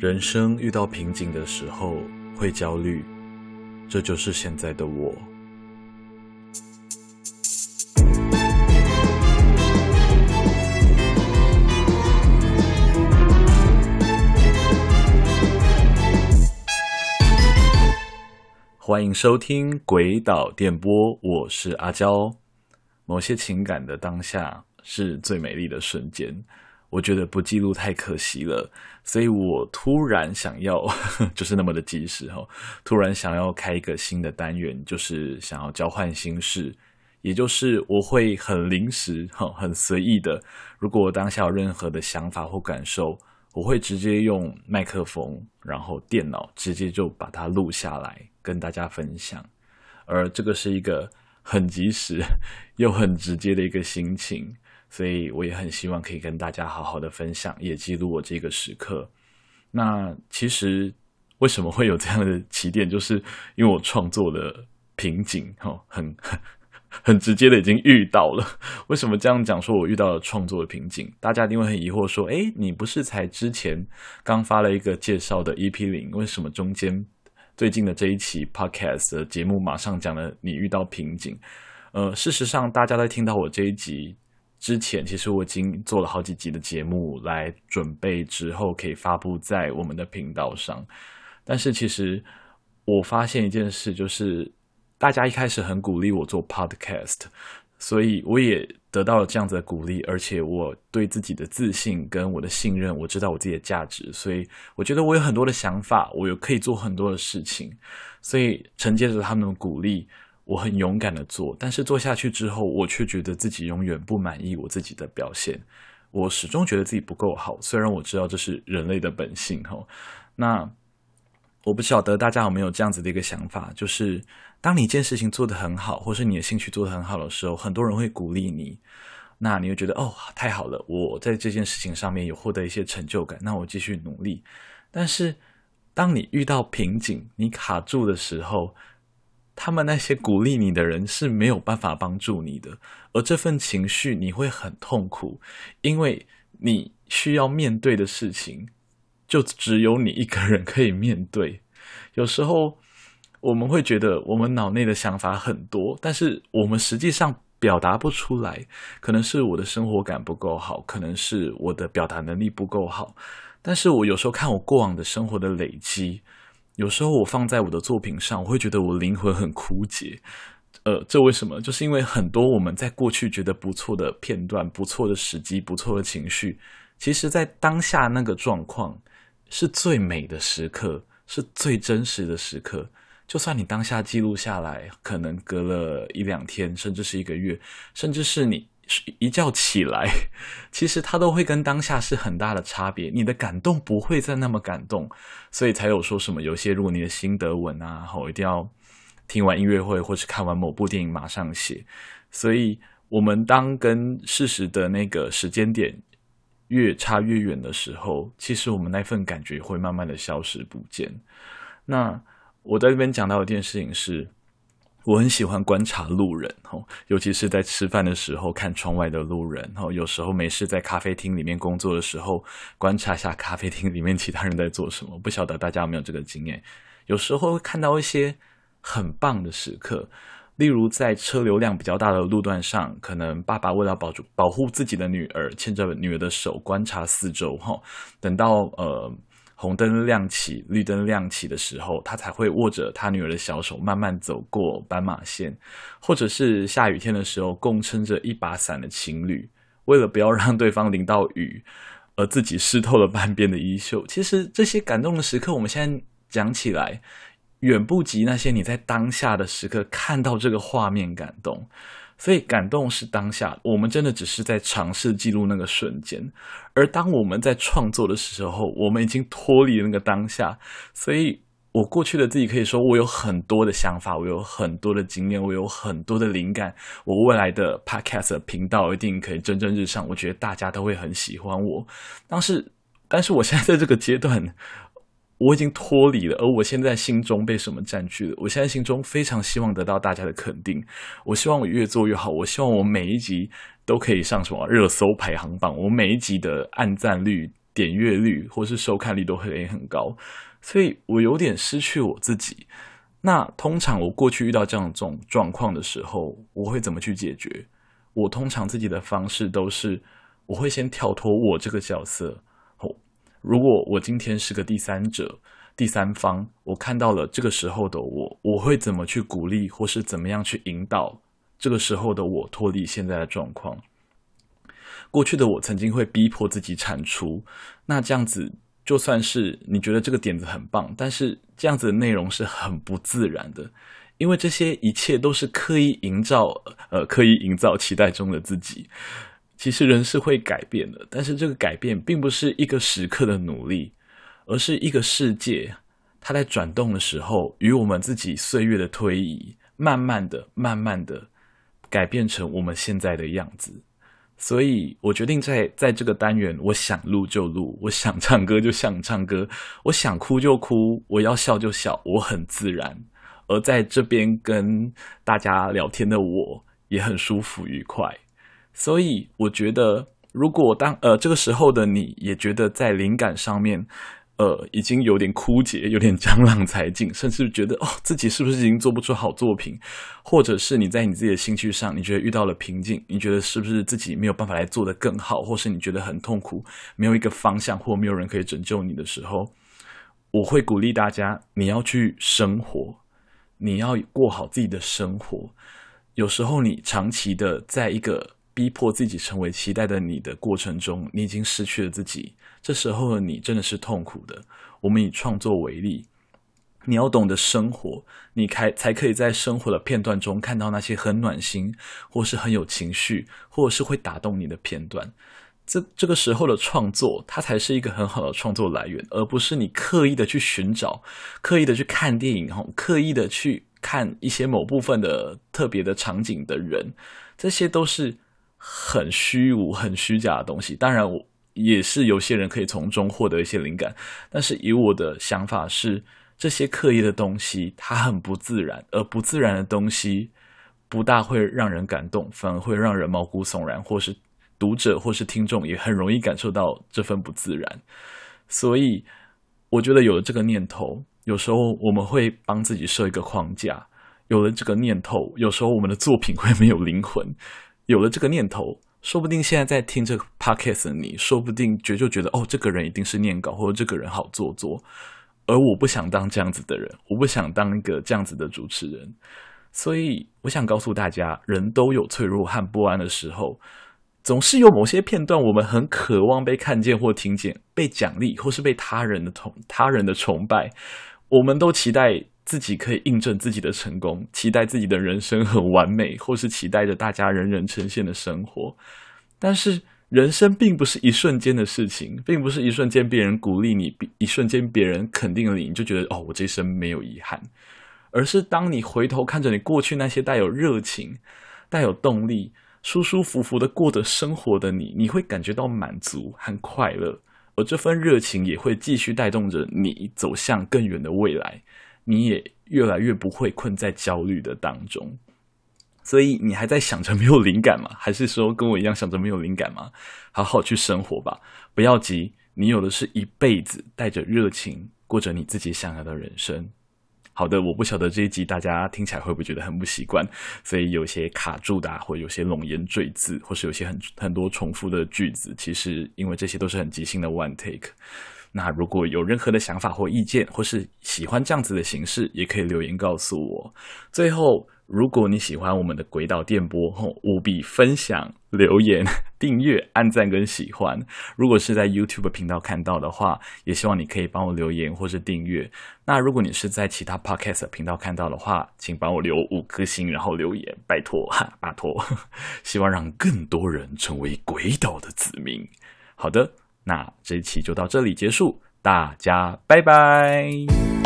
人生遇到瓶颈的时候会焦虑，这就是现在的我。欢迎收听鬼岛电波，我是阿娇。某些情感的当下是最美丽的瞬间，我觉得不记录太可惜了，所以我突然想要就是那么的及时突然想要开一个新的单元，就是想要交换心事，也就是我会很临时很随意的，如果当下有任何的想法或感受，我会直接用麦克风然后电脑直接就把它录下来跟大家分享。而这个是一个很及时又很直接的一个心情，所以我也很希望可以跟大家好好的分享，也记录我这个时刻。那其实为什么会有这样的起点，就是因为我创作的瓶颈很直接的已经遇到了。为什么这样讲，说我遇到了创作的瓶颈？大家一定会很疑惑说，你不是才之前刚发了一个介绍的 EP0， 为什么中间最近的这一期 Podcast 的节目马上讲了你遇到瓶颈？事实上大家在听到我这一集之前，其实我已经做了好几集的节目来准备之后可以发布在我们的频道上。但是其实我发现一件事，就是大家一开始很鼓励我做 podcast， 所以我也得到了这样子的鼓励，而且我对自己的自信跟我的信任，我知道我自己的价值，所以我觉得我有很多的想法，我有可以做很多的事情，所以承接着他们的鼓励，我很勇敢的做。但是做下去之后，我却觉得自己永远不满意我自己的表现，我始终觉得自己不够好，虽然我知道这是人类的本性那我不晓得大家有没有这样子的一个想法，就是当你一件事情做得很好，或是你的兴趣做得很好的时候，很多人会鼓励你，那你会觉得太好了，我在这件事情上面有获得一些成就感，那我继续努力。但是当你遇到瓶颈，你卡住的时候，他们那些鼓励你的人是没有办法帮助你的，而这份情绪你会很痛苦，因为你需要面对的事情就只有你一个人可以面对。有时候我们会觉得我们脑内的想法很多，但是我们实际上表达不出来，可能是我的生活感不够好，可能是我的表达能力不够好。但是我有时候看我过往的生活的累积，有时候我放在我的作品上，我会觉得我灵魂很枯竭。这为什么？就是因为很多我们在过去觉得不错的片段、不错的时机、不错的情绪，其实在当下那个状况是最美的时刻，是最真实的时刻。就算你当下记录下来，可能隔了一两天，甚至是一个月，甚至是你一觉起来，其实它都会跟当下是很大的差别，你的感动不会再那么感动。所以才有说什么有些如果你的心得文一定要听完音乐会或是看完某部电影马上写。所以我们当跟事实的那个时间点越差越远的时候，其实我们那份感觉会慢慢的消失不见。那我在这边讲到一件事情是，我很喜欢观察路人尤其是在吃饭的时候看窗外的路人有时候没事在咖啡厅里面工作的时候，观察一下咖啡厅里面其他人在做什么。不晓得大家有没有这个经验，有时候会看到一些很棒的时刻，例如在车流量比较大的路段上，可能爸爸为了保护自己的女儿，牵着女儿的手观察四周等到红灯亮起绿灯亮起的时候，他才会握着他女儿的小手慢慢走过斑马线。或者是下雨天的时候，共撑着一把伞的情侣，为了不要让对方淋到雨而自己湿透了半边的衣袖。其实这些感动的时刻，我们现在讲起来远不及那些你在当下的时刻看到这个画面感动。所以感动是当下，我们真的只是在尝试记录那个瞬间，而当我们在创作的时候，我们已经脱离了那个当下。所以我过去的自己可以说，我有很多的想法，我有很多的经验，我有很多的灵感，我未来的 podcast 的频道一定可以蒸蒸日上，我觉得大家都会很喜欢我。但是我现在在这个阶段，我已经脱离了，而我现在心中被什么占据了？我现在心中非常希望得到大家的肯定，我希望我越做越好，我希望我每一集都可以上什么热搜排行榜，我每一集的按赞率点阅率或是收看率都会很高，所以我有点失去我自己。那通常我过去遇到这种状况的时候，我会怎么去解决？我通常自己的方式都是，我会先跳脱我这个角色。如果我今天是个第三者、第三方，我看到了这个时候的我会怎么去鼓励，或是怎么样去引导这个时候的我脱离现在的状况？过去的我曾经会逼迫自己产出，那这样子就算是你觉得这个点子很棒，但是这样子的内容是很不自然的，因为这些一切都是刻意营造期待中的自己。其实人是会改变的，但是这个改变并不是一个时刻的努力，而是一个世界它在转动的时候，与我们自己岁月的推移，慢慢的改变成我们现在的样子。所以我决定在这个单元，我想录就录，我想唱歌就想唱歌，我想哭就哭，我要笑就笑，我很自然。而在这边跟大家聊天的我也很舒服愉快。所以我觉得，如果这个时候的你也觉得在灵感上面已经有点枯竭，有点江郎才尽，甚至觉得自己是不是已经做不出好作品，或者是你在你自己的兴趣上你觉得遇到了瓶颈，你觉得是不是自己没有办法来做得更好，或是你觉得很痛苦，没有一个方向，或没有人可以拯救你的时候，我会鼓励大家，你要去生活，你要过好自己的生活。有时候你长期的在一个逼迫自己成为期待的你的过程中，你已经失去了自己，这时候的你真的是痛苦的。我们以创作为例，你要懂得生活，你才可以在生活的片段中看到那些很暖心，或是很有情绪，或者是会打动你的片段。这个时候的创作，它才是一个很好的创作来源，而不是你刻意的去寻找，刻意的去看电影，刻意的去看一些某部分的特别的场景的人，这些都是很虚无、很虚假的东西。当然，我也是有些人可以从中获得一些灵感，但是以我的想法是，这些刻意的东西它很不自然，而不自然的东西不大会让人感动，反而会让人毛骨悚然，或是读者或是听众也很容易感受到这份不自然。所以我觉得有了这个念头，有时候我们会帮自己设一个框架，有了这个念头，有时候我们的作品会没有灵魂。有了这个念头，说不定现在在听这个 podcast 的你，说不定就觉得这个人一定是念稿，或者这个人好做作。而我不想当这样子的人，我不想当一个这样子的主持人。所以我想告诉大家，人都有脆弱和不安的时候，总是有某些片段我们很渴望被看见或听见，被奖励，或是被他人的崇拜。我们都期待自己可以印证自己的成功，期待自己的人生很完美，或是期待着大家人人称羡的生活。但是人生并不是一瞬间的事情，并不是一瞬间别人鼓励你，一瞬间别人肯定了你就觉得我这一生没有遗憾。而是当你回头看着你过去那些带有热情、带有动力、舒舒服服的过着生活的你，你会感觉到满足和快乐，而这份热情也会继续带动着你走向更远的未来，你也越来越不会困在焦虑的当中。所以你还在想着没有灵感吗？还是说跟我一样想着没有灵感吗？好好去生活吧，不要急，你有的是一辈子带着热情过着你自己想要的人生。好的，我不晓得这一集大家听起来会不会觉得很不习惯，所以有些卡住的或有些冗言赘字，或是有些很多重复的句子，其实因为这些都是很即兴的 one take。那如果有任何的想法或意见，或是喜欢这样子的形式，也可以留言告诉我。最后，如果你喜欢我们的轨道电波，务必分享、留言、订阅、按赞跟喜欢。如果是在 YouTube 频道看到的话，也希望你可以帮我留言或是订阅。那如果你是在其他 Podcast 频道看到的话，请帮我留5颗星，然后留言，拜托，拜托，希望让更多人成为轨道的子民。好的，那这一期就到这里结束，大家拜拜。